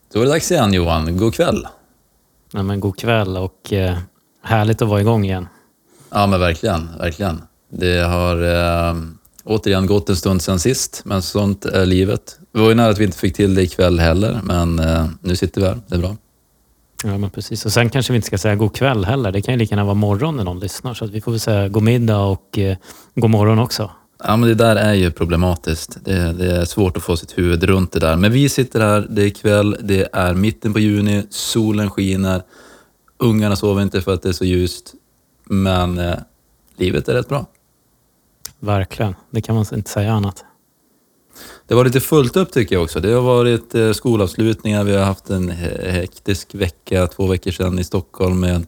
Då är det dags igen, Johan. God kväll. Ja, men god kväll och härligt att vara igång igen. Ja, men verkligen, verkligen. Det har återigen gått en stund sedan sist, men sånt är livet. Det var ju nära att vi inte fick till det ikväll heller, men nu sitter vi här. Det är bra. Ja, men precis. Och sen kanske vi inte ska säga god kväll heller. Det kan ju lika gärna vara morgon när någon lyssnar. Så att vi får väl säga god middag och god morgon också. Ja, men det där är ju problematiskt. Det är svårt att få sitt huvud runt det där. Men vi sitter här, det är kväll, det är mitten på juni, solen skiner. Ungarna sover inte för att det är så ljust. Men livet är rätt bra. Verkligen, det kan man inte säga annat. Det var lite fullt upp tycker jag också. Det har varit skolavslutningar. Vi har haft en hektisk vecka, 2 veckor sedan i Stockholm med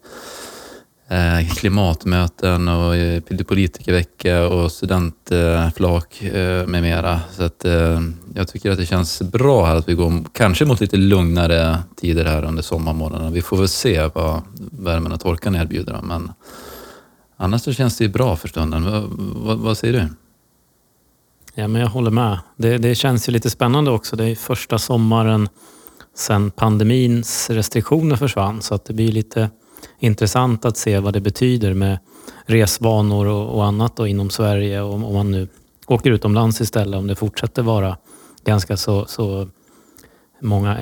klimatmöten och politikervecka och studentflak med mera. Så att jag tycker att det känns bra här att vi går kanske mot lite lugnare tider här under sommarmånaderna. Vi får väl se vad värmen och torkan erbjuder. Men annars så känns det ju bra för stunden. Vad säger du? Ja, men jag håller med. Det känns ju lite spännande också. Det är första sommaren sedan pandemins restriktioner försvann. Så att det blir lite intressant att se vad det betyder med resvanor och annat då inom Sverige. Och om man nu åker utomlands istället, om det fortsätter vara ganska så många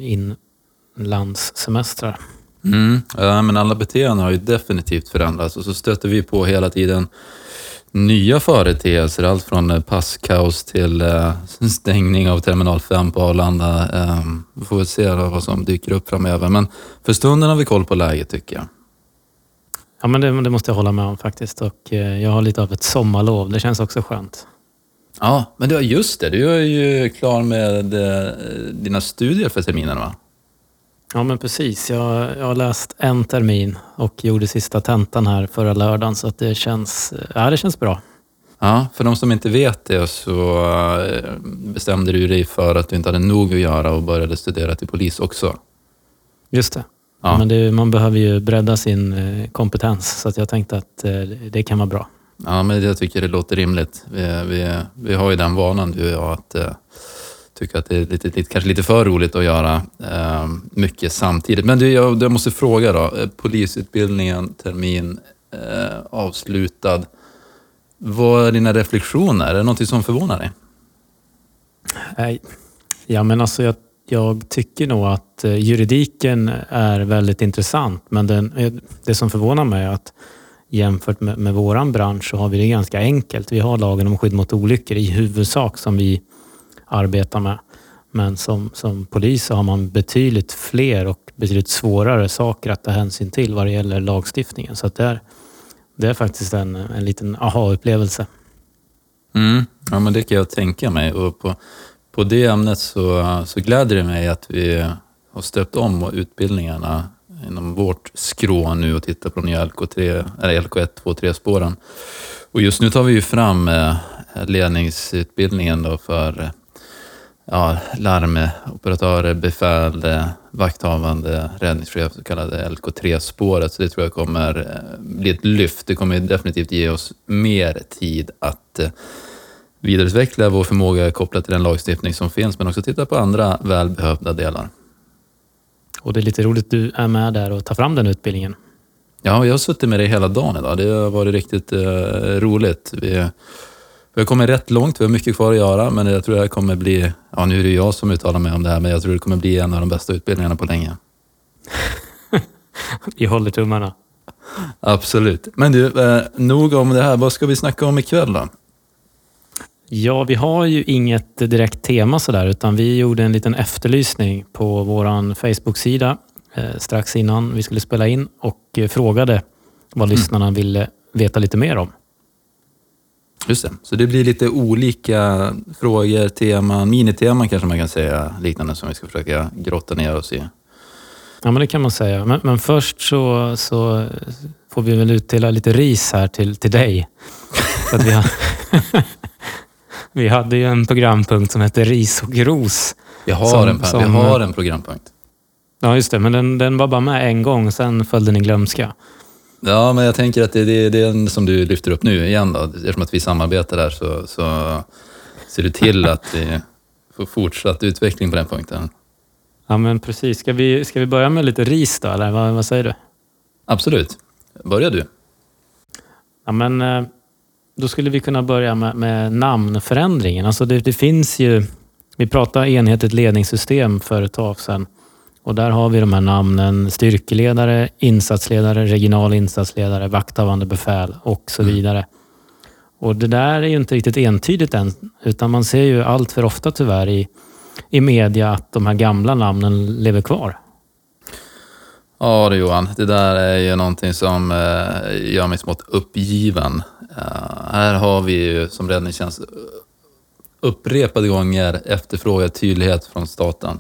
inlandssemestrar. Ja, men alla beteenden har ju definitivt förändrats och så stöter vi på hela tiden nya företeelser, allt från passkaos till stängning av terminal 5 på Arlanda. Vi får väl se vad som dyker upp framöver. Men för stunden har vi koll på läget tycker jag. Ja, men det måste jag hålla med om faktiskt. Och jag har lite av ett sommarlov. Det känns också skönt. Ja, men det var just det. Du är ju klar med dina studier för terminen, va? Ja, men precis. Jag har läst en termin och gjorde sista tentan här förra lördagen. Så att det känns bra. Ja, för de som inte vet det så bestämde du dig för att du inte hade nog att göra och började studera till polis också. Just det. Ja. Men man behöver ju bredda sin kompetens. Så att jag tänkte att det kan vara bra. Ja, men jag tycker det låter rimligt. Vi har ju den vanan du och jag att tycka att det är kanske lite för roligt att göra mycket samtidigt. Men jag måste fråga då, polisutbildningen, termin avslutad. Vad är dina reflektioner? Är det något som förvånar dig? Nej. Ja, men alltså jag tycker nog att juridiken är väldigt intressant. Men det som förvånar mig är att jämfört med våran bransch så har vi det ganska enkelt. Vi har lagen om skydd mot olyckor i huvudsak som vi arbetar med. Men som polis så har man betydligt fler och betydligt svårare saker att ta hänsyn till vad det gäller lagstiftningen. Så att det är faktiskt en liten aha-upplevelse. Ja, men det kan jag tänka mig. Och på det ämnet så gläder det mig att vi har stöpt om utbildningarna inom vårt skrå nu och tittar på de nya LK1, 2, 3-spåren. Och just nu tar vi ju fram ledningsutbildningen då för larmoperatörer, befäl, vakthavande, räddningschef, så kallade LK3-spåret. Så det tror jag kommer bli ett lyft. Det kommer definitivt ge oss mer tid att vidareutveckla vår förmåga kopplat till den lagstiftning som finns, men också titta på andra välbehövda delar. Och det är lite roligt att du är med där och tar fram den utbildningen. Ja, jag har suttit med det hela dagen idag. Det har varit riktigt roligt. Vi har kommit rätt långt, vi har mycket kvar att göra, men jag tror det kommer bli, nu är det jag som uttalar mig om det här, men jag tror det kommer bli en av de bästa utbildningarna på länge. Vi håller tummarna. Absolut. Men du, nog om det här. Vad ska vi snacka om ikväll då? Ja, vi har ju inget direkt tema sådär, utan vi gjorde en liten efterlysning på våran Facebook-sida strax innan vi skulle spela in och frågade vad lyssnarna ville veta lite mer om. Just det. Så det blir lite olika frågor, teman, miniteman kanske man kan säga, liknande som vi ska försöka grotta ner oss i. Ja, men det kan man säga. Men först så får vi väl utdela lite ris här till dig. Så att vi hade ju en programpunkt som heter Ris och ros. Vi har en programpunkt. Ja, just det. Men den var bara med en gång, sen föll den i glömska. Ja, men jag tänker att det är den som du lyfter upp nu igen då. Eftersom att vi samarbetar där så ser du till att vi får fortsatt utveckling på den punkten. Ja, men precis. Ska vi börja med lite ris då, eller vad säger du? Absolut. Börjar du? Ja, men då skulle vi kunna börja med namnförändringen. Alltså det finns ju, vi pratade enhetligt ledningssystem för ett tag sedan. Och där har vi de här namnen styrkeledare, insatsledare, regional insatsledare, vakthavande befäl och så vidare. Och det där är ju inte riktigt entydigt än, utan man ser ju allt för ofta tyvärr i media att de här gamla namnen lever kvar. Ja du Johan, det där är ju någonting som gör mig smått uppgiven. Här har vi ju som räddningstjänst upprepade gånger efterfrågat tydlighet från staten.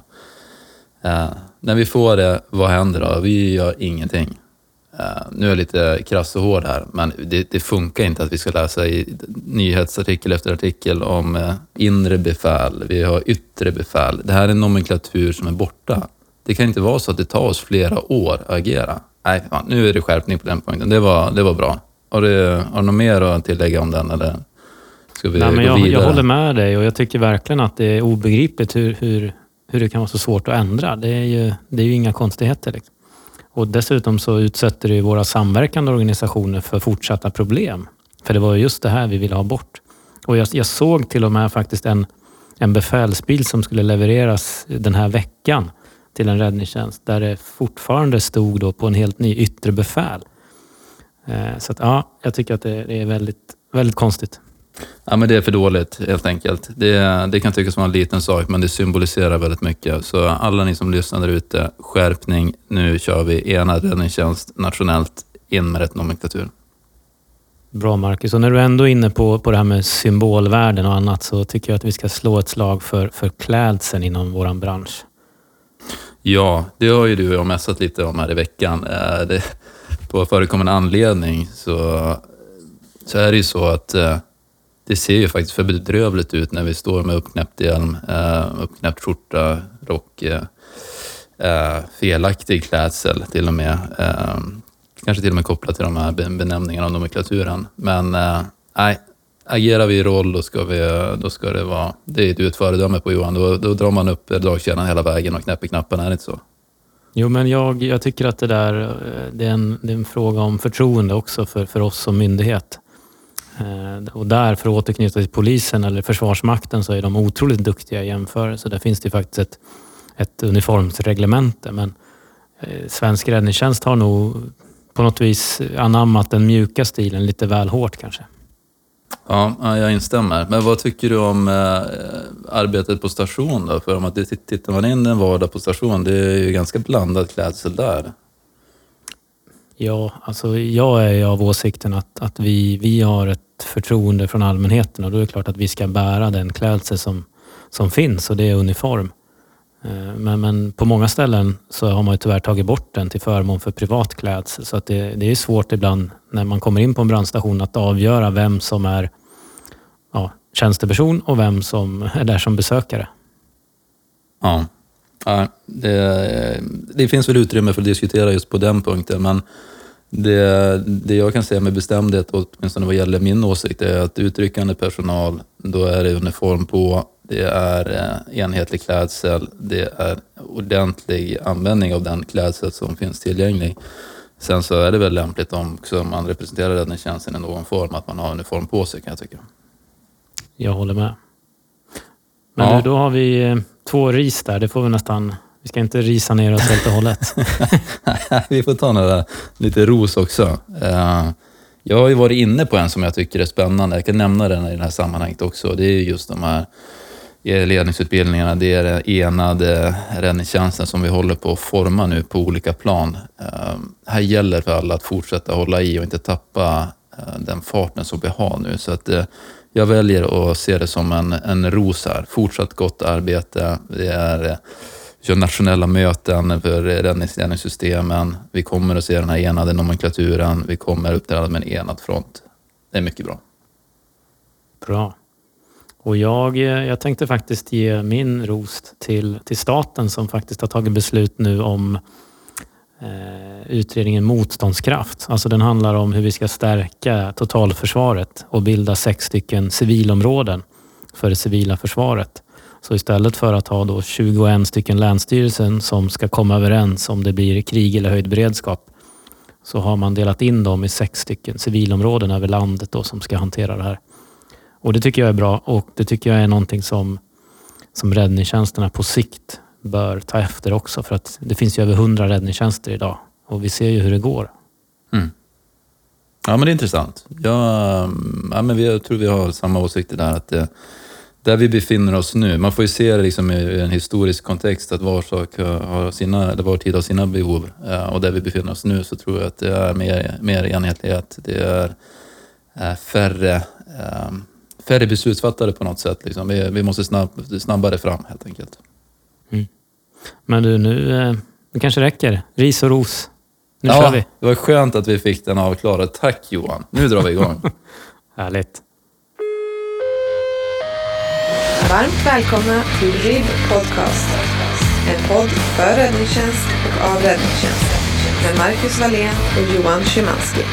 När vi får det, vad händer då? Vi gör ingenting. Nu är jag lite krass och hård här, men det funkar inte att vi ska läsa i nyhetsartikel efter artikel om inre befäl. Vi har yttre befäl. Det här är en nomenklatur som är borta. Det kan inte vara så att det tar oss flera år att agera. Nej, fan, nu är det skärpning på den punkten. Det var bra. Har du något mer att tillägga om den, eller ska vi gå vidare? Jag håller med dig, och jag tycker verkligen att det är obegripligt hur det kan vara så svårt att ändra. Det är ju inga konstigheter. Liksom. Och dessutom så utsätter det ju våra samverkande organisationer för fortsatta problem. För det var just det här vi ville ha bort. Och jag såg till och med faktiskt en befälsbil som skulle levereras den här veckan till en räddningstjänst, där det fortfarande stod då på en helt ny yttre befäl. Så att ja, jag tycker att det är väldigt, väldigt konstigt. Ja, men det är för dåligt helt enkelt. Det kan tyckas vara en liten sak, men det symboliserar väldigt mycket. Så alla ni som lyssnar där ute, skärpning. Nu kör vi enad räddningstjänst nationellt, in med rätt nomenklatur. Bra Marcus. Och när du ändå är inne på det här med symbolvärden och annat, så tycker jag att vi ska slå ett slag för klädseln inom våran bransch. Ja, det har ju du och mässat lite om här i veckan. På förekommande anledning så är det ju så att det ser ju faktiskt för bedrövligt ut när vi står med uppknäppt hjälm, uppknäppt skjorta, rock, felaktig klädsel till och med. Kanske till och med kopplat till de här benämningarna av nomenklaturen. Men nej, agerar vi i roll, då ska det vara... Det är du ett föredöme på, Johan. Då drar man upp dagkärnan hela vägen och knäpper knappen, är det inte så? Jo, men jag tycker att det är en fråga om förtroende också för oss som myndighet. Och där, för att återknyta till polisen eller försvarsmakten, så är de otroligt duktiga i jämförelse. Där finns det ju faktiskt ett uniformsreglemente, men svensk räddningstjänst har nog på något vis anammat den mjuka stilen lite väl hårt kanske. Ja, jag instämmer. Men vad tycker du om arbetet på station då? För om att tittar man in en vardag på station, det är ju ganska blandad klädsel där. Ja, alltså jag är av åsikten att vi har ett förtroende från allmänheten, och då är det klart att vi ska bära den klädsel som finns, och det är uniform. Men på många ställen så har man ju tyvärr tagit bort den till förmån för privat klädsel, så att det är svårt ibland när man kommer in på en brandstation att avgöra vem som är tjänsteperson och vem som är där som besökare. Ja, det finns väl utrymme för att diskutera just på den punkten, men det jag kan säga med bestämdhet, åtminstone vad gäller min åsikt, är att utryckande personal, då är det uniform på, det är enhetlig klädsel, det är ordentlig användning av den klädsel som finns tillgänglig. Sen så är det väl lämpligt om man representerar räddningstjänsten i någon form, att man har uniform på sig, kan jag tycka. Jag håller med. Men nu, då har vi 2 ris där, det får vi nästan... Vi ska inte risa ner oss helt och hållet. Vi får ta lite ros också. Jag har ju varit inne på en som jag tycker är spännande. Jag kan nämna den i det här sammanhanget också. Det är just de här ledningsutbildningarna. Det är den enade räddningstjänsten som vi håller på att forma nu på olika plan. Här gäller för alla att fortsätta hålla i och inte tappa den farten som vi har nu. Så att jag väljer att se det som en ros här. Fortsatt gott arbete. Det är... Vi kör nationella möten för räddningssystemen. Vi kommer att se den här enade nomenklaturen. Vi kommer uppträda med en enad front. Det är mycket bra. Bra. Och jag tänkte faktiskt ge min ros till staten, som faktiskt har tagit beslut nu om utredningen Motståndskraft. Alltså den handlar om hur vi ska stärka totalförsvaret och bilda 6 stycken civilområden för det civila försvaret. Så istället för att ha då 21 stycken länsstyrelsen som ska komma överens om det blir krig eller höjd beredskap, så har man delat in dem i 6 stycken civilområden över landet då som ska hantera det här. Och det tycker jag är bra, och det tycker jag är någonting som räddningstjänsterna på sikt bör ta efter också, för att det finns ju över 100 räddningstjänster idag och vi ser ju hur det går. Mm. Ja, men det är intressant. Men jag tror vi har samma åsikter där, att där vi befinner oss nu, man får ju se det liksom i en historisk kontext, att var sak har sina, eller var tid har sina behov, och där vi befinner oss nu så tror jag att det är mer enhetlighet, det är färre beslutsfattare på något sätt. Liksom. Vi måste snabbare fram helt enkelt. Mm. Men du, nu det kanske räcker. Ris och ros. Nu kör vi. Det var skönt att vi fick den avklarad. Tack Johan. Nu drar vi igång. Härligt. Varmt välkomna till RIB Podcast. En podd för räddningstjänst och av räddningstjänst. Med Marcus Wallén och Johan Szymanski.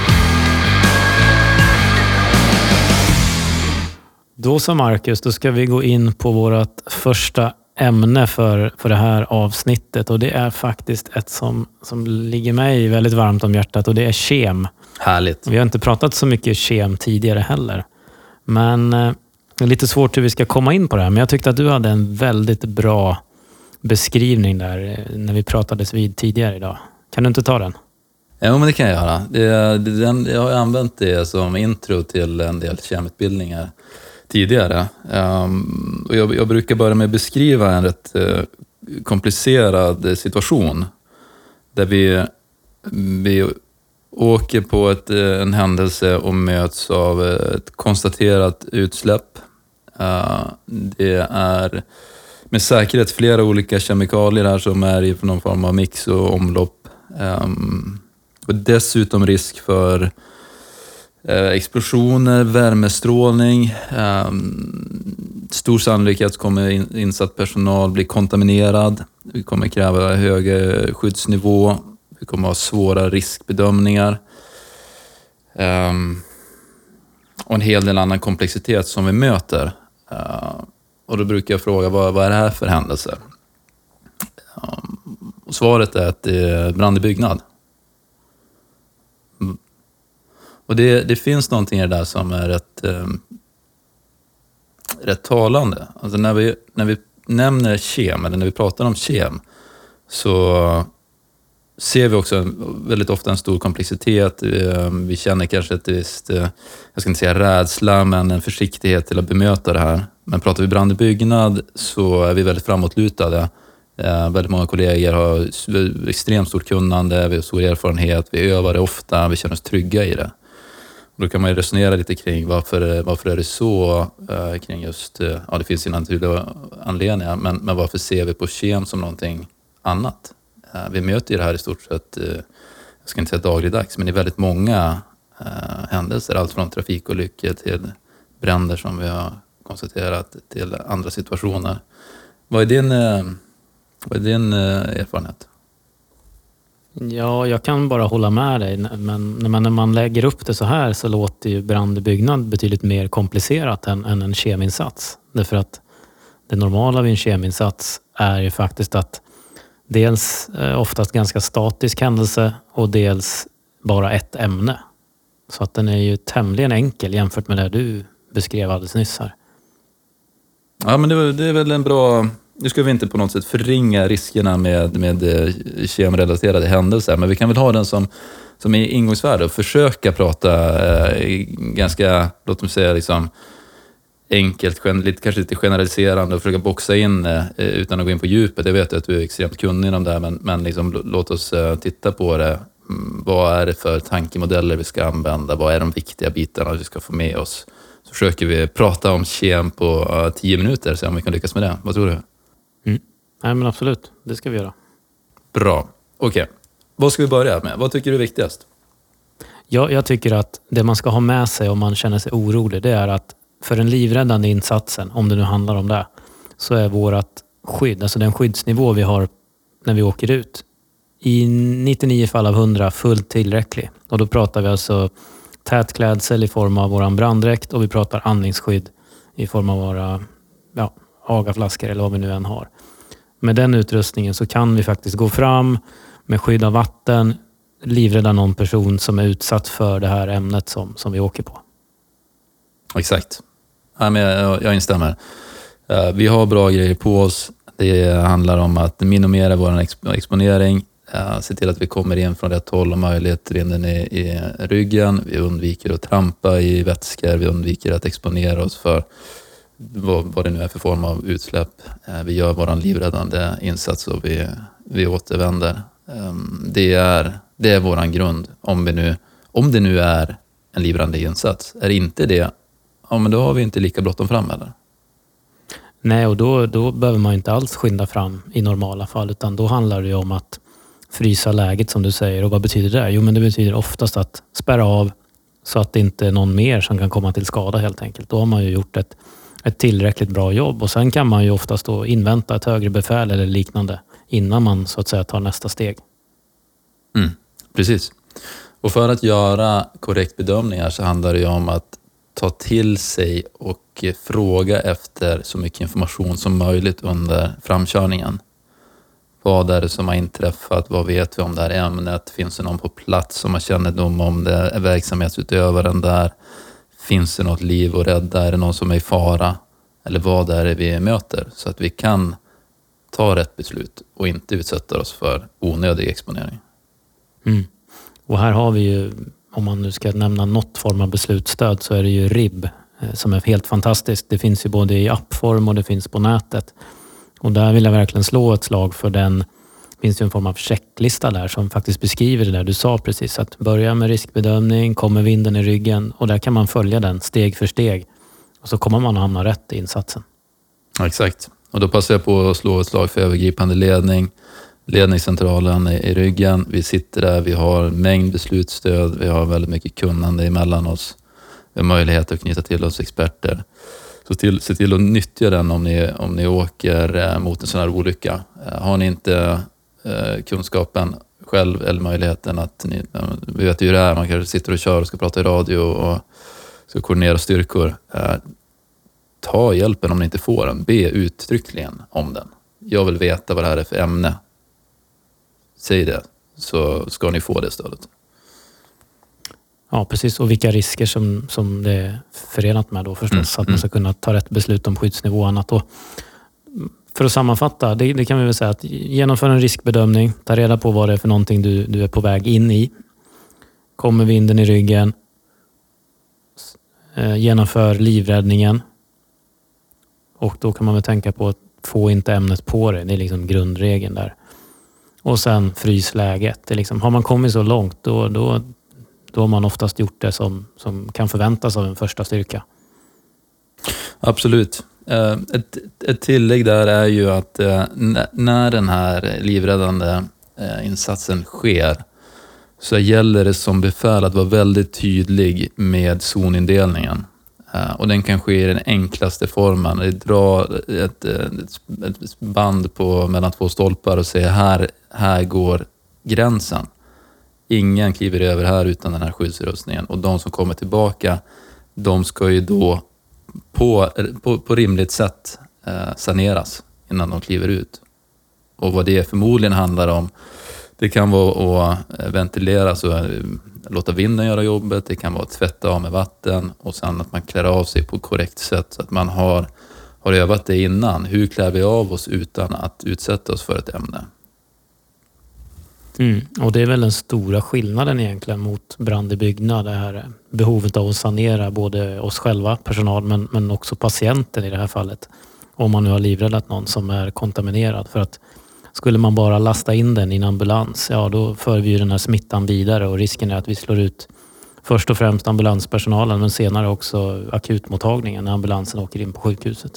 Då så Marcus, då ska vi gå in på vårt första ämne för det här avsnittet. Och det är faktiskt ett som ligger mig väldigt varmt om hjärtat, och det är kem. Härligt. Vi har inte pratat så mycket kem tidigare heller. Men det är lite svårt hur vi ska komma in på det här. Men jag tyckte att du hade en väldigt bra beskrivning där när vi pratades vid tidigare idag. Kan du inte ta den? Ja, men det kan jag göra. Jag har använt det som intro till en del kemutbildningar tidigare. Och jag brukar börja med att beskriva en rätt komplicerad situation där vi åker på en händelse och möts av ett konstaterat utsläpp. Det är med säkerhet flera olika kemikalier här som är i någon form av mix och omlopp. Och dessutom risk för explosioner, värmestrålning. Stor sannolikhet kommer insatt personal bli kontaminerad. Vi kommer kräva högre skyddsnivå. Vi kommer ha svåra riskbedömningar. Och en hel del annan komplexitet som vi möter. Och då brukar jag fråga, vad är det här för händelse? Och svaret är att det är brand i byggnad. Och det finns någonting i det där som är rätt talande. Alltså när vi nämner kem, eller när vi pratar om kem, så ser vi också väldigt ofta en stor komplexitet. Vi känner kanske ett visst, jag ska inte säga rädsla, men en försiktighet till att bemöta det här. Men pratar vi brand i byggnad så är vi väldigt framåtlutade. Väldigt många kollegor har extremt stort kunnande, vi har stor erfarenhet, vi övar det ofta, vi känner oss trygga i det. Och då kan man ju resonera lite kring varför är det så, kring just, det finns ju naturliga anledningar, men varför ser vi på kem som någonting annat? Vi möter ju det här i stort sett, jag ska inte säga dagligdags, men i väldigt många händelser, allt från trafikolyckor till bränder som vi har konstaterat, till andra situationer. Vad är din erfarenhet? Ja, jag kan bara hålla med dig. Men när man lägger upp det så här så låter ju brand i byggnad betydligt mer komplicerat än en keminsats. Därför att det normala vid en keminsats är ju faktiskt att dels oftast ganska statisk händelse och dels bara ett ämne. Så att den är ju tämligen enkel jämfört med det du beskrev alldeles nyss här. Ja, men det är väl en bra... Nu ska vi inte på något sätt förringa riskerna med kemrelaterade händelser, men vi kan väl ha den som ingångsvärde och försöka prata ganska, låt mig säga liksom enkelt, kanske lite generaliserande och försöka boxa in utan att gå in på djupet. Jag vet att du är extremt kunnig om det här, men liksom, låt oss titta på det. Vad är det för tankemodeller vi ska använda? Vad är de viktiga bitarna vi ska få med oss? Så försöker vi prata om kem på 10 minuter, så om vi kan lyckas med det. Vad tror du? Nej, men absolut, det ska vi göra. Bra, okej. Vad ska vi börja med? Vad tycker du är viktigast? Jag tycker att det man ska ha med sig om man känner sig orolig, det är att för den livräddande insatsen, om det nu handlar om det, så är vårt skydd, alltså den skyddsnivå vi har när vi åker ut, i 99 fall av 100 fullt tillräcklig. Och då pratar vi alltså tät klädsel i form av våran branddräkt, och vi pratar andningsskydd i form av agaflaskor eller vad vi nu än har. Med den utrustningen så kan vi faktiskt gå fram med skydd av vatten, livrädda någon person som är utsatt för det här ämnet som vi åker på. Exakt. Ja, men jag instämmer. Vi har bra grejer på oss. Det handlar om att minimera vår exponering, se till att vi kommer in från rätt håll och möjligt vinden i ryggen. Vi undviker att trampa i vätskor, vi undviker att exponera oss för vad det nu är för form av utsläpp. Vi gör vår livräddande insats och vi återvänder. Det är våran grund. Om det nu är en livräddande insats. Är det inte det, ja, men då har vi inte lika bråttom fram eller? Nej, och då behöver man inte alls skynda fram i normala fall, utan då handlar det ju om att frysa läget som du säger. Och vad betyder det? Jo, men det betyder oftast att spärra av så att det inte är någon mer som kan komma till skada helt enkelt. Då har man ju gjort ett tillräckligt bra jobb, och sen kan man ju oftast då invänta ett högre befäl eller liknande innan man så att säga tar nästa steg. Precis. Och för att göra korrekt bedömningar så handlar det ju om att ta till sig och fråga efter så mycket information som möjligt under framkörningen. Vad är det som har inträffat? Vad vet vi om det här ämnet? Finns det någon på plats som har kännedom om det? Är verksamhetsutövaren där? Finns det något liv att rädda? Är det någon som är i fara? Eller vad är det vi möter? Så att vi kan ta rätt beslut och inte utsätta oss för onödig exponering. Och här har vi ju, om man nu ska nämna något form av beslutsstöd, så är det ju RIB som är helt fantastiskt. Det finns ju både i appform och det finns på nätet. Och där vill jag verkligen slå ett slag för den. Det finns ju en form av checklista där som faktiskt beskriver det där du sa precis. Att börja med riskbedömning, kommer vinden i ryggen, och där kan man följa den steg för steg. Och så kommer man att hamna rätt i insatsen. Ja, exakt. Och då passar jag på att slå ett slag för övergripande ledning. Ledningscentralen i ryggen. Vi sitter där, vi har mängd beslutsstöd, vi har väldigt mycket kunnande emellan oss. Vi har möjlighet att knyta till oss experter. Så se till att nyttja den om ni åker mot en sån här olycka. Har ni inte kunskapen själv eller möjligheten att vi vet ju hur det är, man kanske sitter och kör och ska prata i radio och ska koordinera styrkor. Ta hjälpen om ni inte får den. Be uttryckligen om den. Jag vill veta vad det här är för ämne. Säg det, så ska ni få det stödet. Ja, precis. Och vilka risker som det är förenat med då förstås. Så att man ska kunna ta rätt beslut om skyddsnivå och annat. Och för att sammanfatta, det kan vi väl säga att genomföra en riskbedömning. Ta reda på vad det är för någonting du är på väg in i. Kommer vinden i ryggen. Genomför livräddningen. Och då kan man väl tänka på att få inte ämnet på det. Det är liksom grundregeln där. Och sen frys läget. Det är liksom, har man kommit så långt då har man oftast gjort det som kan förväntas av en första styrka. Absolut. Ett tillägg där är ju att när den här livräddande insatsen sker så gäller det som befäl att vara väldigt tydlig med zonindelningen. Och den kan ske i den enklaste formen. Dra ett band mellan två stolpar och säga här går gränsen. Ingen kliver över här utan den här skyddsrustningen. Och de som kommer tillbaka, de ska ju då på rimligt sätt saneras innan de kliver ut. Och vad det förmodligen handlar om, det kan vara att ventilera, så låta vinden göra jobbet. Det kan vara att tvätta av med vatten och sen att man klär av sig på korrekt sätt så att man har övat det innan. Hur klär vi av oss utan att utsätta oss för ett ämne? Och det är väl den stora skillnaden egentligen mot brand i byggnad. Det här behovet av att sanera både oss själva, personal, men också patienten i det här fallet. Om man nu har livräddat någon som är kontaminerad. För att skulle man bara lasta in den i en ambulans, ja då för vi ju den här smittan vidare, och risken är att vi slår ut först och främst ambulanspersonalen men senare också akutmottagningen när ambulansen åker in på sjukhuset.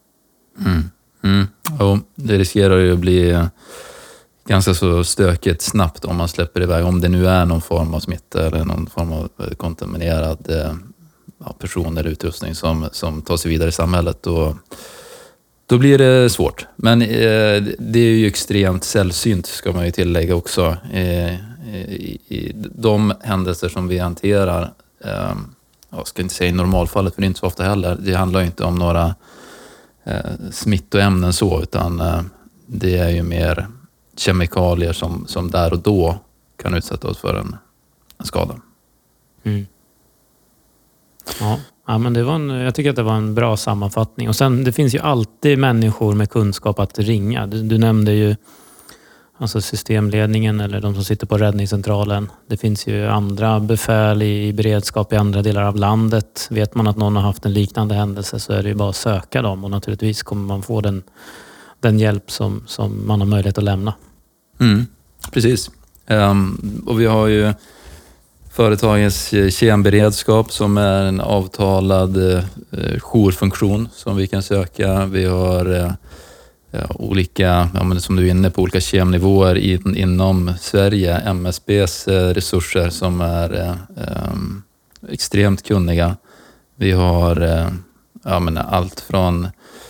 Och det riskerar ju att bli ganska så stökigt snabbt om man släpper iväg, om det nu är någon form av smitta eller någon form av kontaminerad person eller utrustning som tar sig vidare i samhället. Då blir det svårt. Men det är ju extremt sällsynt, ska man ju tillägga också. I de händelser som vi hanterar, jag ska inte säga i normalfallet, för det är inte så ofta heller. Det handlar ju inte om några smittoämnen så, utan det är ju mer kemikalier som där och då kan utsätta oss för en skada. Mm. Ja, men jag tycker att det var en bra sammanfattning. Och sen, det finns ju alltid människor med kunskap att ringa. Du nämnde ju alltså systemledningen eller de som sitter på räddningscentralen. Det finns ju andra befäl i beredskap i andra delar av landet. Vet man att någon har haft en liknande händelse så är det ju bara att söka dem och naturligtvis kommer man få den hjälp som man har möjlighet att lämna. Precis. Och vi har ju företagets kemberedskap som är en avtalad jourfunktion som vi kan söka. Vi har olika, som du är inne på, olika kemnivåer inom Sverige. MSBs resurser som är extremt kunniga. Vi har allt från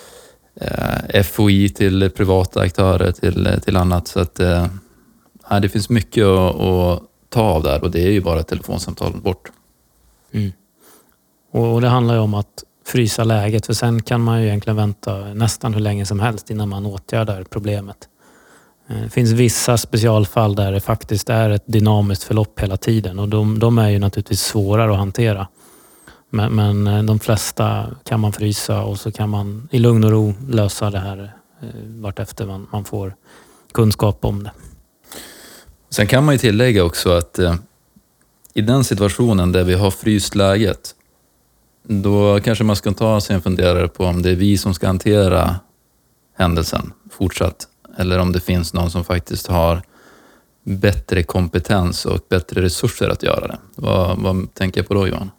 FOI till privata aktörer till annat. Så att det finns mycket att ta av där och det är ju bara ett telefonsamtal bort. Mm. Och det handlar ju om att frysa läget för sen kan man ju egentligen vänta nästan hur länge som helst innan man åtgärdar problemet. Det finns vissa specialfall där det faktiskt är ett dynamiskt förlopp hela tiden och de är ju naturligtvis svårare att hantera. Men de flesta kan man frysa och så kan man i lugn och ro lösa det här vartefter man får kunskap om det. Sen kan man ju tillägga också att i den situationen där vi har fryst läget, då kanske man ska ta sig en funderare på om det är vi som ska hantera händelsen fortsatt eller om det finns någon som faktiskt har bättre kompetens och bättre resurser att göra det. Vad tänker jag på då, Johan?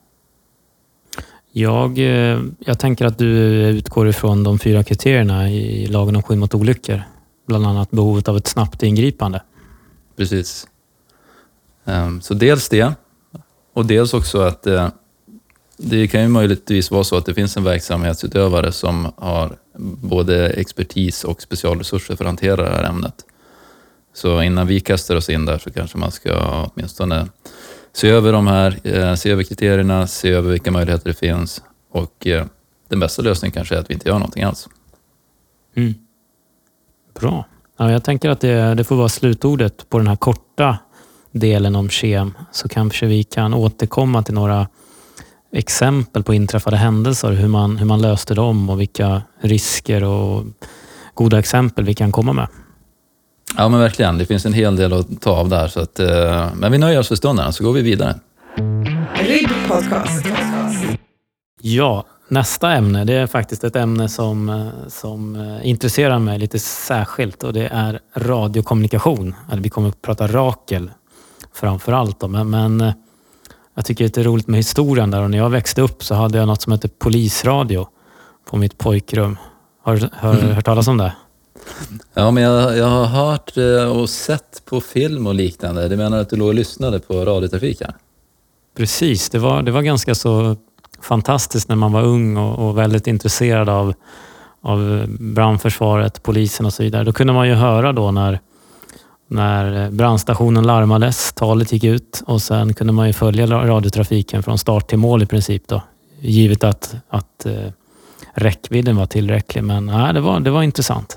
Jag tänker att du utgår ifrån de 4 kriterierna i lagen om skydd mot olyckor. Bland annat behovet av ett snabbt ingripande. Precis. Så dels det och dels också att det kan ju möjligtvis vara så att det finns en verksamhetsutövare som har både expertis och specialresurser för att hantera det här ämnet. Så innan vi kastar oss in där så kanske man ska åtminstone se över de här, se över kriterierna, se över vilka möjligheter det finns och den bästa lösningen kanske är att vi inte gör någonting alls. Mm. Bra. Ja, jag tänker att det får vara slutordet på den här korta delen om KEM så kanske vi kan återkomma till några exempel på inträffade händelser, hur man löste dem och vilka risker och goda exempel vi kan komma med. Ja men verkligen, det finns en hel del att ta av där så att, men vi nöjer oss för stunden så går vi vidare. RIB Podcast. Ja, nästa ämne det är faktiskt ett ämne som intresserar mig lite särskilt och det är radiokommunikation. Vi kommer att prata Rakel framförallt då, men jag tycker det är roligt med historien där och när jag växte upp så hade jag något som heter polisradio på mitt pojkrum. Har du hört talas om det? Ja, men jag har hört och sett på film och liknande. Du menar att du låg och lyssnade på radiotrafiken? Precis, det var ganska så fantastiskt när man var ung och väldigt intresserad av brandförsvaret, polisen och så vidare. Då kunde man ju höra då när brandstationen larmades, talet gick ut och sen kunde man ju följa radiotrafiken från start till mål i princip då. Givet att räckvidden var tillräcklig, men nej, det var intressant.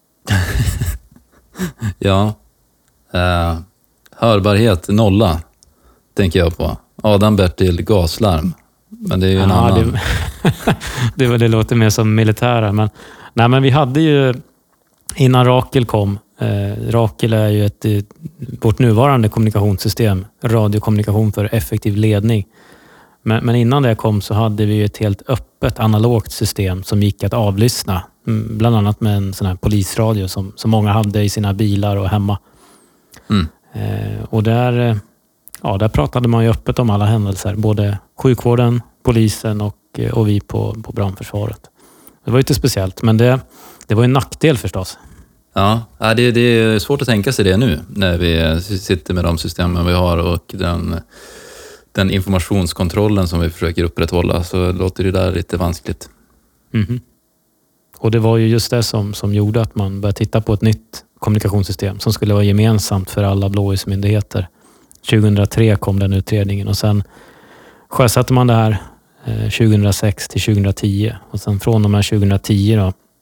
Ja, hörbarhet 0 tänker jag på. Adam Bertil gaslarm. Men det är ju en annan. Det låter mer som militära. Men vi hade ju innan Rakel kom. Rakel är ju vårt nuvarande kommunikationssystem. Radiokommunikation för effektiv ledning. Men innan det kom så hade vi ju ett helt öppet analogt system som gick att avlyssna. Bland annat med en sån här polisradio som många hade i sina bilar och hemma. Mm. Och där pratade man ju öppet om alla händelser. Både sjukvården, polisen och vi på brandförsvaret. Det var lite speciellt, men det var en nackdel förstås. Ja, det är svårt att tänka sig det nu när vi sitter med de systemen vi har och den informationskontrollen som vi försöker upprätthålla, så låter det där lite vanskligt. Mm-hmm. Och det var ju just det som gjorde att man började titta på ett nytt kommunikationssystem som skulle vara gemensamt för alla blåljusmyndigheter. 2003 kom den utredningen och sen sjösatte man det här 2006 till 2010 och sen från och med 2010 då,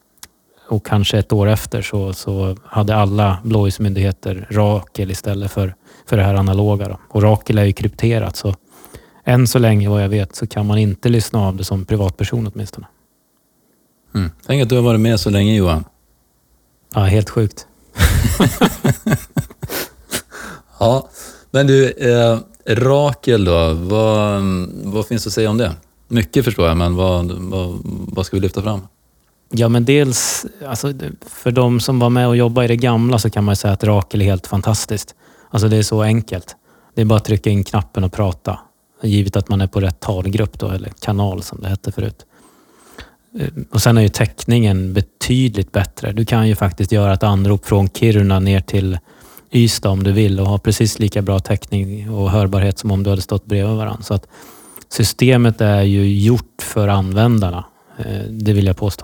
och kanske ett år efter så hade alla blåljusmyndigheter Rakel istället för det här analoga. Då. Och Rakel är ju krypterat, så än så länge vad jag vet så kan man inte lyssna av det som privatperson åtminstone. Tänk att du har varit med så länge, Johan. Ja, helt sjukt. Ja, men du, Rakel då, vad finns det att säga om det? Mycket förstår jag, men vad ska vi lyfta fram? Ja, men dels, alltså, för de som var med och jobbade i det gamla så kan man säga att Rakel är helt fantastiskt. Alltså det är så enkelt. Det är bara att trycka in knappen och prata. Givet att man är på rätt talgrupp då, eller kanal som det hette förut. Och sen är ju täckningen betydligt bättre. Du kan ju faktiskt göra ett anrop från Kiruna ner till Ystad om du vill och ha precis lika bra täckning och hörbarhet som om du hade stått bredvid varandra. Så att systemet är ju gjort för användarna. Det vill jag påstå.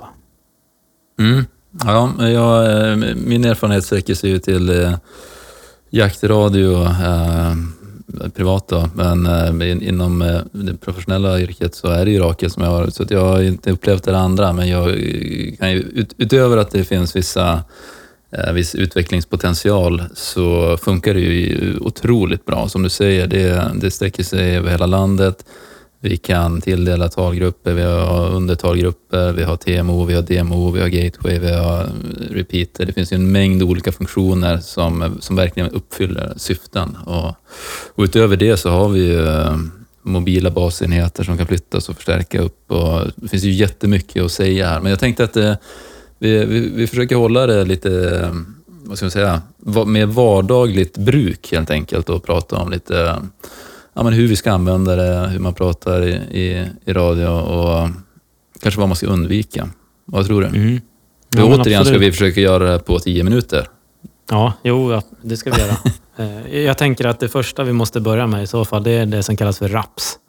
Ja, min erfarenhet sträcker sig ju till jaktradio privat då, men inom det professionella yrket så är det ju Rakel som jag har, så att jag har inte upplevt det andra, men jag kan ju, utöver att det finns viss utvecklingspotential så funkar det ju otroligt bra. Som du säger, det sträcker sig över hela landet. Vi kan tilldela talgrupper, vi har undertalgrupper, vi har TMO, vi har DMO, vi har gateway, vi har repeater. Det finns ju en mängd olika funktioner som verkligen uppfyller syften. Och utöver det så har vi ju mobila basenheter som kan flyttas och förstärka upp. Och det finns ju jättemycket att säga här. Men jag tänkte att vi försöker hålla det lite, vad ska man säga, med vardagligt bruk helt enkelt och prata om lite... Ja, men hur vi ska använda det, hur man pratar i radio och kanske vad man ska undvika. Vad tror du? Ja, återigen ska vi försöka göra det här på 10 minuter. Ja, det ska vi göra. Jag tänker att det första vi måste börja med i så fall, det är det som kallas för RAPS.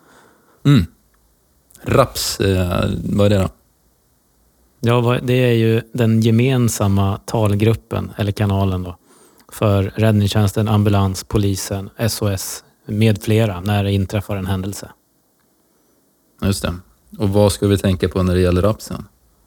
RAPS, vad är det då? Ja, det är ju den gemensamma talgruppen eller kanalen då för räddningstjänsten, ambulans, polisen, SOS med flera när det inträffar en händelse. Just det. Och vad ska vi tänka på när det gäller RAPSen?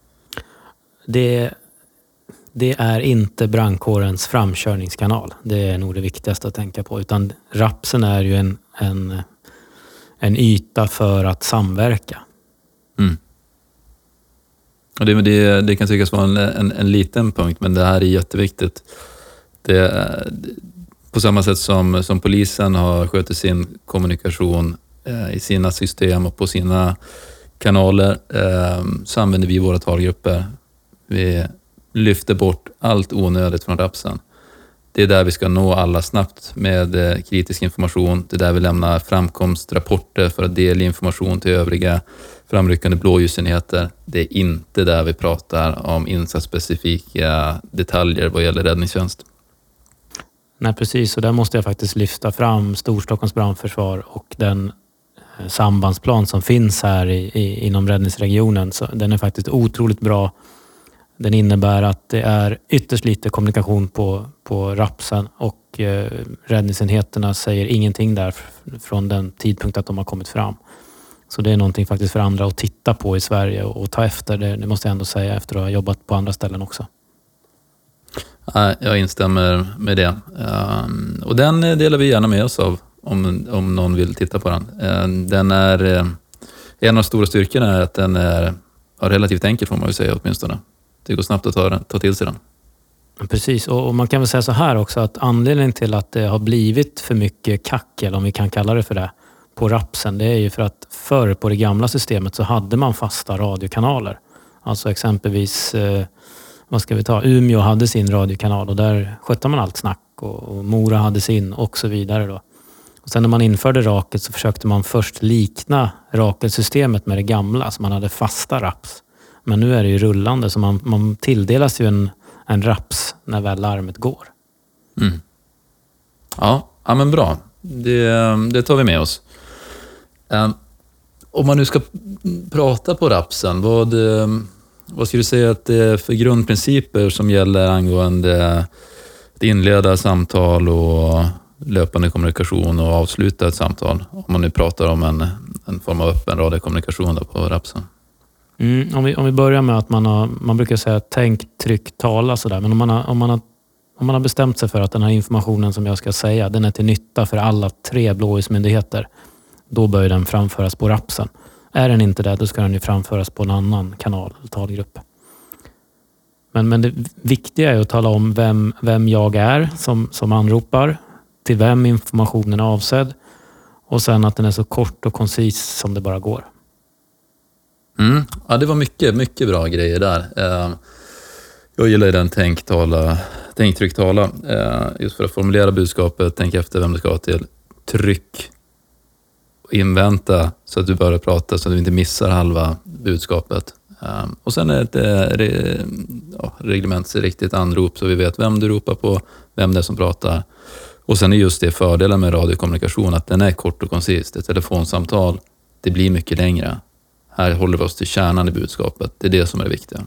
Det är inte brandkårens framkörningskanal. Det är nog det viktigaste att tänka på. Utan RAPSen är ju en yta för att samverka. Och det kan tyckas vara en liten punkt, men det här är jätteviktigt. På samma sätt som polisen har sköter sin kommunikation i sina system och på sina kanaler, så använder vi våra talgrupper. Vi lyfter bort allt onödigt från RAPSen. Det är där vi ska nå alla snabbt med kritisk information. Det är där vi lämnar framkomstrapporter för att dela information till övriga framryckande blåljusenheter. Det är inte där vi pratar om insatsspecifika detaljer vad gäller räddningstjänst. Nej, precis. Och där måste jag faktiskt lyfta fram Storstockholms brandförsvar och den sambandsplan som finns här inom räddningsregionen. Så den är faktiskt otroligt bra. Den innebär att det är ytterst lite kommunikation på RAPSen och räddningsenheterna säger ingenting där från den tidpunkt att de har kommit fram. Så det är någonting faktiskt för andra att titta på i Sverige och ta efter. Det måste jag ändå säga efter att ha jobbat på andra ställen också. Jag instämmer med det. Och den delar vi gärna med oss av om någon vill titta på den. Den är, en av de stora styrkorna är att den är relativt enkel får man ju säga åtminstone. Det går snabbt att ta till sig den. Precis, och man kan väl säga så här också att anledningen till att det har blivit för mycket kackel, om vi kan kalla det för det, på RAPSen, det är ju för att förr på det gamla systemet så hade man fasta radiokanaler. Alltså exempelvis, vad ska vi ta? Umeå hade sin radiokanal och där skötte man allt snack och Mora hade sin och så vidare då. Och sen när man införde Rakel så försökte man först likna Rakel-systemet med det gamla, så man hade fasta RAPS. Men nu är det ju rullande så man tilldelas ju en RAPS när väl larmet går. Ja, men bra. Det tar vi med oss. Om man nu ska prata på RAPSen, vad skulle du säga att det är för grundprinciper som gäller angående att inleda samtal och löpande kommunikation och avsluta ett samtal? Om man nu pratar om en form av öppen radiokommunikation på RAPSen. Om vi börjar med att man brukar säga tänk, tryck, tala sådär. Men om man har bestämt sig för att den här informationen som jag ska säga, den är till nytta för alla 3 blåljusmyndigheter, då bör den framföras på rapsen. Är den inte det, då ska den ju framföras på en annan kanal, talgrupp. Men det viktiga är att tala om vem jag är som anropar, till vem informationen är avsedd och sen att den är så kort och koncis som det bara går. Ja, det var mycket bra grejer där. Jag gillar ju den tänk, tryck, tala. Just för att formulera budskapet, tänk efter vem du ska till. Tryck, invänta så att du börjar prata så att du inte missar halva budskapet. Och sen är det ett reglementsriktigt anrop så vi vet vem du ropar på, vem det är som pratar. Och sen är just det fördelen med radiokommunikation att den är kort och koncis. Ett telefonsamtal, det blir mycket längre. Här håller vi oss till kärnan i budskapet. Det är det som är det viktiga.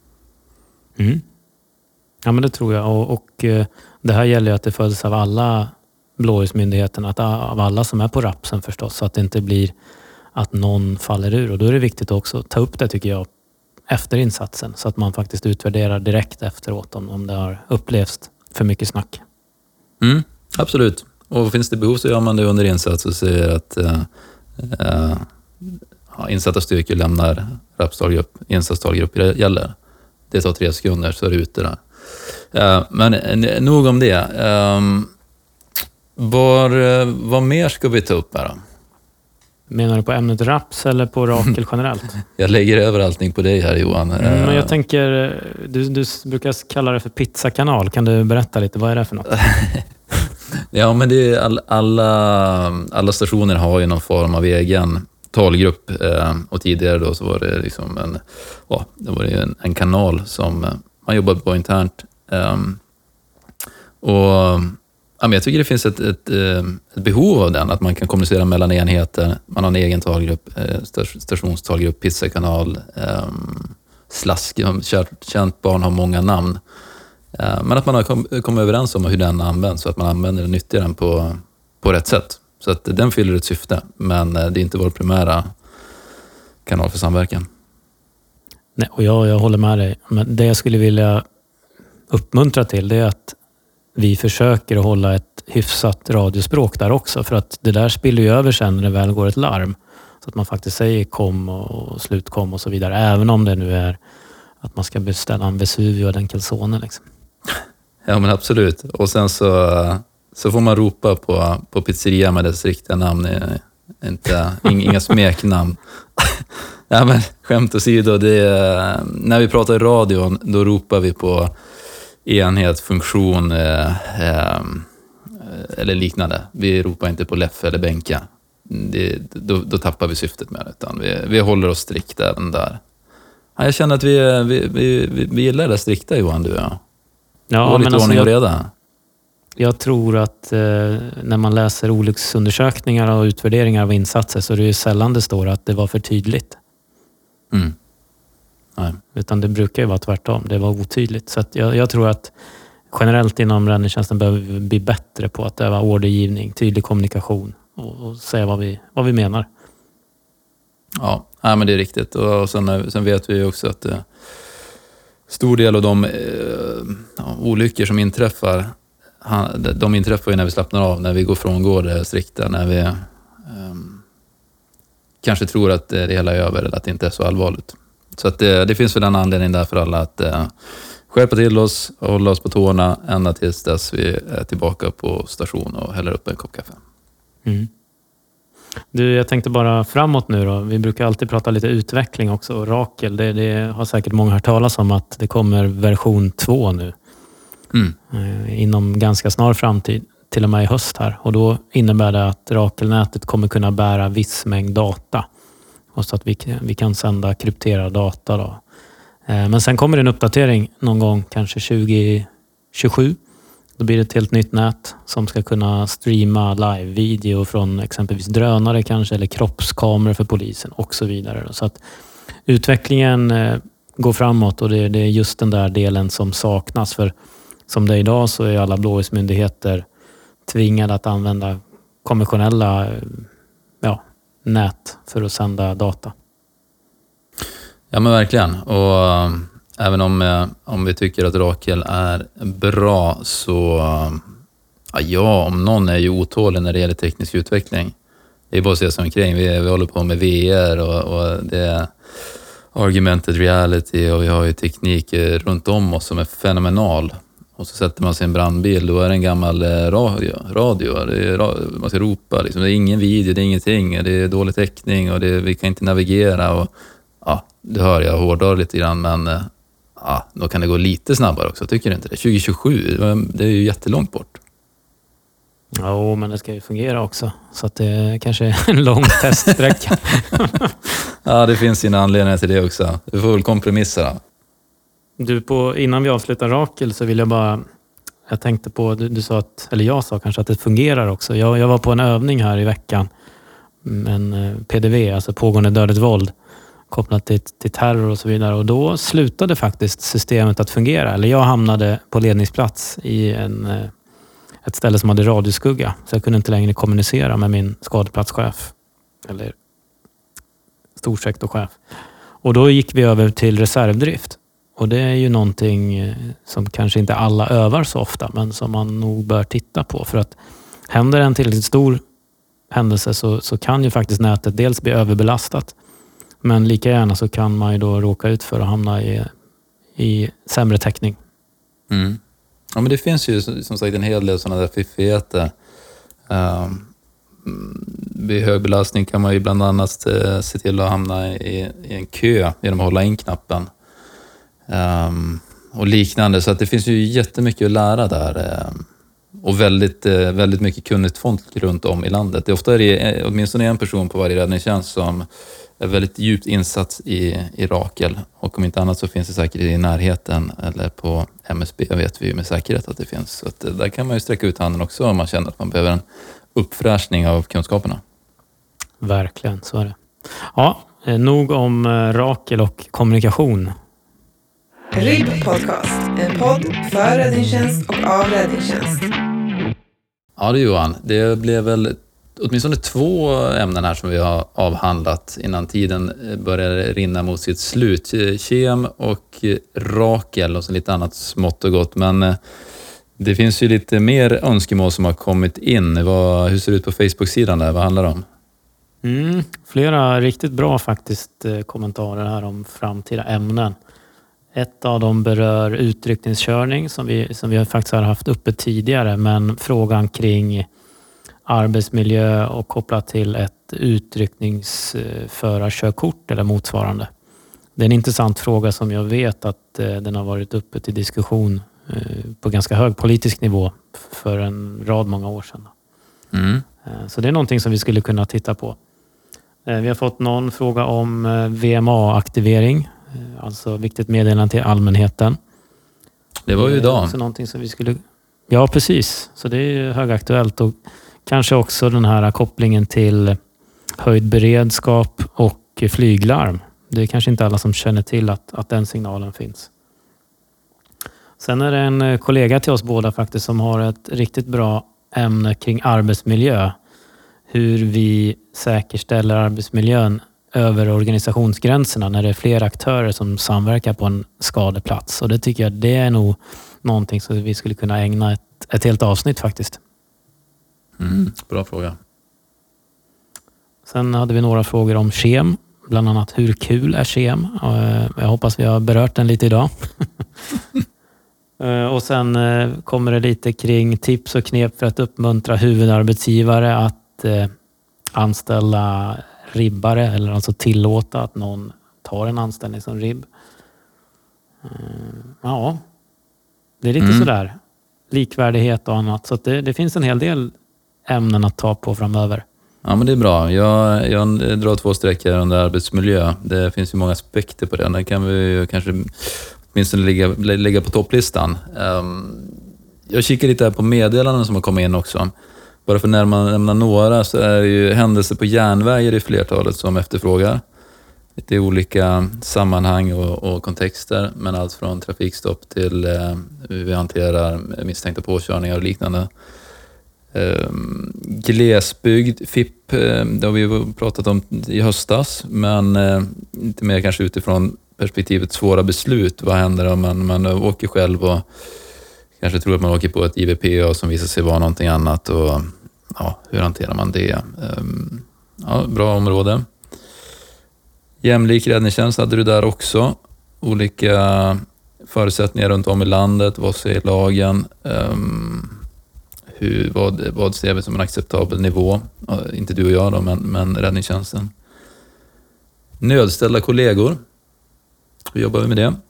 Ja, men det tror jag. Och det här gäller ju att det följs av alla blåljusmyndigheterna, av alla som är på rapsen förstås, så att det inte blir att någon faller ur. Och då är det viktigt också att ta upp det, tycker jag, efter insatsen så att man faktiskt utvärderar direkt efteråt om det har upplevts för mycket snack. Absolut. Och finns det behov så gör man det under insats och säger att insatta styrkor lämnar rapstalgrupp, insatstalgrupp gäller. Det tar 3 sekunder så är det ute där. Men nog om det. Vad mer ska vi ta upp här då? Menar du på ämnet raps eller på Rakel generellt? Jag lägger över allting på dig här, Johan. Men jag tänker, du brukar kalla det för pizzakanal. Kan du berätta lite, vad är det för något? Ja, men det är alla stationer har ju någon form av egen talgrupp. Och tidigare då så var det liksom en kanal som man jobbade på internt. Jag tycker det finns ett behov av den, att man kan kommunicera mellan enheter. Man har en egen talgrupp, stationstalgrupp, pizzakanal, slask. Känt barn har många namn. Men att man har kommit överens om hur den används så att man använder den, nyttjar den på rätt sätt. Så att den fyller ett syfte, men det är inte vår primära kanal för samverkan. Nej, och jag håller med dig. Men det jag skulle vilja uppmuntra till, det är att vi försöker att hålla ett hyfsat radiospråk där också. För att det där spiller ju över sen när det väl går ett larm. Så att man faktiskt säger kom och slutkom och så vidare. Även om det nu är att man ska beställa en Vesuvio och en Calzone liksom. Ja, men absolut. Och sen så får man ropa på pizzeria med dess riktiga namn. Inga smeknamn. Ja, men skämt åsido, när vi pratar i radion då ropar vi på enhet, funktion eller liknande. Vi ropar inte på Leffe eller Bänka. Då tappar vi syftet med det. Utan vi håller oss strikt även där. Ja, jag känner att vi gillar det strikta, Johan, du och jag. Ja, lite ordning och reda. Jag tror att när man läser olycksundersökningar och utvärderingar av insatser så är det ju sällan det står att det var för tydligt. Nej. Utan det brukar ju vara tvärtom. Det var otydligt. Så att jag tror att generellt inom räddningstjänsten behöver vi bli bättre på att öva ordergivning, tydlig kommunikation och säga vad vi menar. Ja, men det är riktigt. Och sen vet vi ju också att stor del av de olyckor som inträffar, de inträffar ju när vi slappnar av, när vi frångår det strikta, när vi kanske tror att det hela är över eller att det inte är så allvarligt. Så att det finns väl en anledning där för alla att skärpa till oss och hålla oss på tårna ända tills dess vi är tillbaka på station och häller upp en kopp kaffe. Du, jag tänkte bara framåt nu då. Vi brukar alltid prata lite utveckling också. Och Rakel, det har säkert många hört talas om att det kommer version 2 nu. Inom ganska snar framtid, till och med i höst här. Och då innebär det att Rakelnätet kommer kunna bära viss mängd data. Och så att vi kan sända krypterad data då. Men sen kommer det en uppdatering någon gång, kanske 2027. Då blir det ett helt nytt nät som ska kunna streama live-video från exempelvis drönare kanske, eller kroppskameror för polisen och så vidare. Så att utvecklingen går framåt och det är just den där delen som saknas. För som det är idag så är alla blåljusmyndigheter tvingade att använda konventionella nät för att sända data. Ja men verkligen. Och även om vi tycker att Rakel är bra så om någon är ju otålig när det gäller teknisk utveckling. Det är bara att se sig omkring. Vi håller på med VR och det är augmented reality och vi har ju teknik runt om oss som är fenomenal. Och så sätter man sig i en brandbil, då är det en gammal radio. Man ska ropa, liksom. Det är ingen video, det är ingenting. Det är dålig täckning och vi kan inte navigera. Och, du hör, jag hårdar lite grann, men då kan det gå lite snabbare också, tycker du inte det? 2027, det är ju jättelångt bort. Ja, men det ska ju fungera också. Så att det kanske är en lång teststräcka. Ja, det finns ju en anledning till det också. Du får väl kompromissa då. Innan vi avslutar Rakel så vill jag tänkte på, du sa jag sa kanske att det fungerar också. Jag var på en övning här i veckan. En PDV, alltså pågående dödligt våld, kopplat till terror och så vidare. Och då slutade faktiskt systemet att fungera. Eller jag hamnade på ledningsplats i ett ställe som hade radioskugga. Så jag kunde inte längre kommunicera med min skadeplatschef. Eller storsektorchef. Och då gick vi över till reservdrift. Och det är ju någonting som kanske inte alla övar så ofta, men som man nog bör titta på. För att händer en tillräckligt stor händelse så kan ju faktiskt nätet dels bli överbelastat. Men lika gärna så kan man ju då råka ut för att hamna i sämre täckning. Mm. Ja, men det finns ju som sagt en hel del sådana där fiffigheter. Vid hög belastning kan man ju bland annat se till att hamna i en kö genom att hålla in knappen. Och liknande, så att det finns ju jättemycket att lära där. Och väldigt, väldigt mycket kunnigt folk runt om i landet. Det är ofta åtminstone en person på varje räddningstjänst som är väldigt djupt insatt i Rakel. Och om inte annat så finns det säkert i närheten eller på MSB vet vi ju med säkerhet att det finns. Så att där kan man ju sträcka ut handen också om man känner att man behöver en uppfräschning av kunskaperna. Verkligen, så är det. Ja, nog om Rakel och kommunikation. RIB Podcast, en podd för räddningstjänst och av räddningstjänst. Ja, det Johan. Det blev väl åtminstone 2 ämnen här som vi har avhandlat innan tiden började rinna mot sitt slut. Kem och Rakel och så lite annat smått och gott. Men det finns ju lite mer önskemål som har kommit in. Hur ser det ut på Facebook-sidan där? Vad handlar det om? Flera riktigt bra faktiskt kommentarer här om framtida ämnen. Ett av dem berör utryckningskörning som vi faktiskt har haft uppe tidigare, men frågan kring arbetsmiljö och kopplat till ett utryckningsförarkörkort eller motsvarande. Det är en intressant fråga som jag vet att den har varit uppe till diskussion på ganska hög politisk nivå för en rad många år sedan. Så det är någonting som vi skulle kunna titta på. Vi har fått någon fråga om VMA-aktivering. Alltså viktigt meddelande till allmänheten. Det var ju idag. Så någonting som vi skulle... Ja, precis. Så det är högaktuellt och kanske också den här kopplingen till höjd beredskap och flyglarm. Det är kanske inte alla som känner till att den signalen finns. Sen är det en kollega till oss båda faktiskt som har ett riktigt bra ämne kring arbetsmiljö. Hur vi säkerställer arbetsmiljön över organisationsgränserna när det är fler aktörer som samverkar på en skadeplats. Och det tycker jag det är nog någonting som vi skulle kunna ägna ett helt avsnitt faktiskt. Bra fråga. Sen hade vi några frågor om kem. Bland annat hur kul är kem? Jag hoppas vi har berört den lite idag. Och sen kommer det lite kring tips och knep för att uppmuntra huvudarbetsgivare att anställa ribbare eller alltså tillåta att någon tar en anställning som ribb. Ja, det är lite sådär. Likvärdighet och annat. Så att det finns en hel del ämnen att ta på framöver. Ja, men det är bra. Jag drar 2 sträckor under arbetsmiljö. Det finns ju många aspekter på det. Den kan vi ju kanske åtminstone lägga på topplistan. Jag kikar lite här på meddelanden som har kommit in också. Bara för när man nämner några så är det ju händelser på järnvägar i flertalet som efterfrågar. Lite olika sammanhang och kontexter, men allt från trafikstopp till hur vi hanterar misstänkta påkörningar och liknande. Glesbygd, FIP, det har vi pratat om i höstas, men inte mer kanske utifrån perspektivet svåra beslut. Vad händer om man åker själv och kanske tror att man åker på ett IVPA som visar sig vara någonting annat, och hur hanterar man det? Bra område. Jämlik räddningstjänst hade du där också. Olika förutsättningar runt om i landet. Vad säger lagen? Vad ser vi som en acceptabel nivå? Inte du och jag då, men räddningstjänsten. Nödställda kollegor. Hur jobbar vi med det?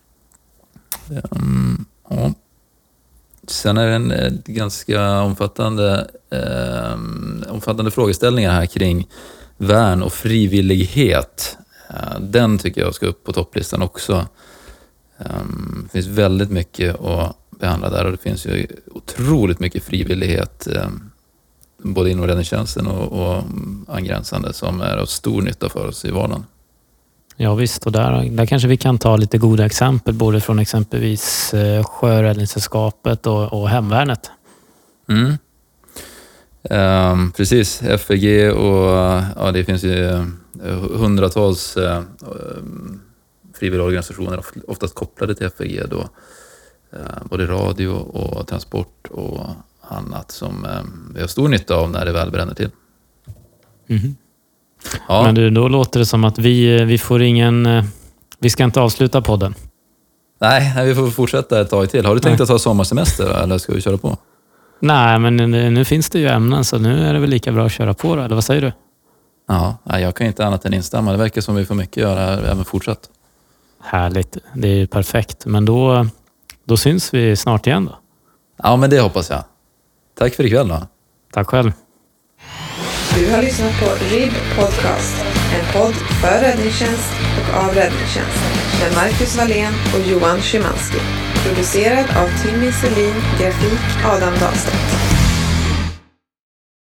Sen är det en ganska omfattande frågeställningar här kring värn och frivillighet. Den tycker jag ska upp på topplistan också. Det finns väldigt mycket att behandla där, och det finns ju otroligt mycket frivillighet både inom räddningstjänsten och angränsande som är av stor nytta för oss i vardagen. Ja visst, och där kanske vi kan ta lite goda exempel både från exempelvis Sjöräddningssällskapet och Hemvärnet. Precis, FEG och det finns ju hundratals frivilliga organisationer oftast kopplade till FEG då. Både radio och transport och annat som vi har stor nytta av när det väl bränner till. Ja. Men då låter det som att vi får vi ska inte avsluta podden. Nej, vi får fortsätta ett tag till. Har du tänkt att ta sommarsemester eller ska vi köra på? Nej, men nu finns det ju ämnen, så nu är det väl lika bra att köra på då, eller vad säger du? Ja, jag kan inte annat än instämma. Det verkar som vi får mycket göra även fortsatt. Härligt, det är ju perfekt. Men då syns vi snart igen då. Ja, men det hoppas jag. Tack för ikväll då. Tack själv. Du har lyssnat på RIB Podcast, en podd för räddningstjänst och av räddningstjänst med Marcus Wallén och Johan Szymanski. Producerad av Timmy Selin, grafik Adam Dahlstedt.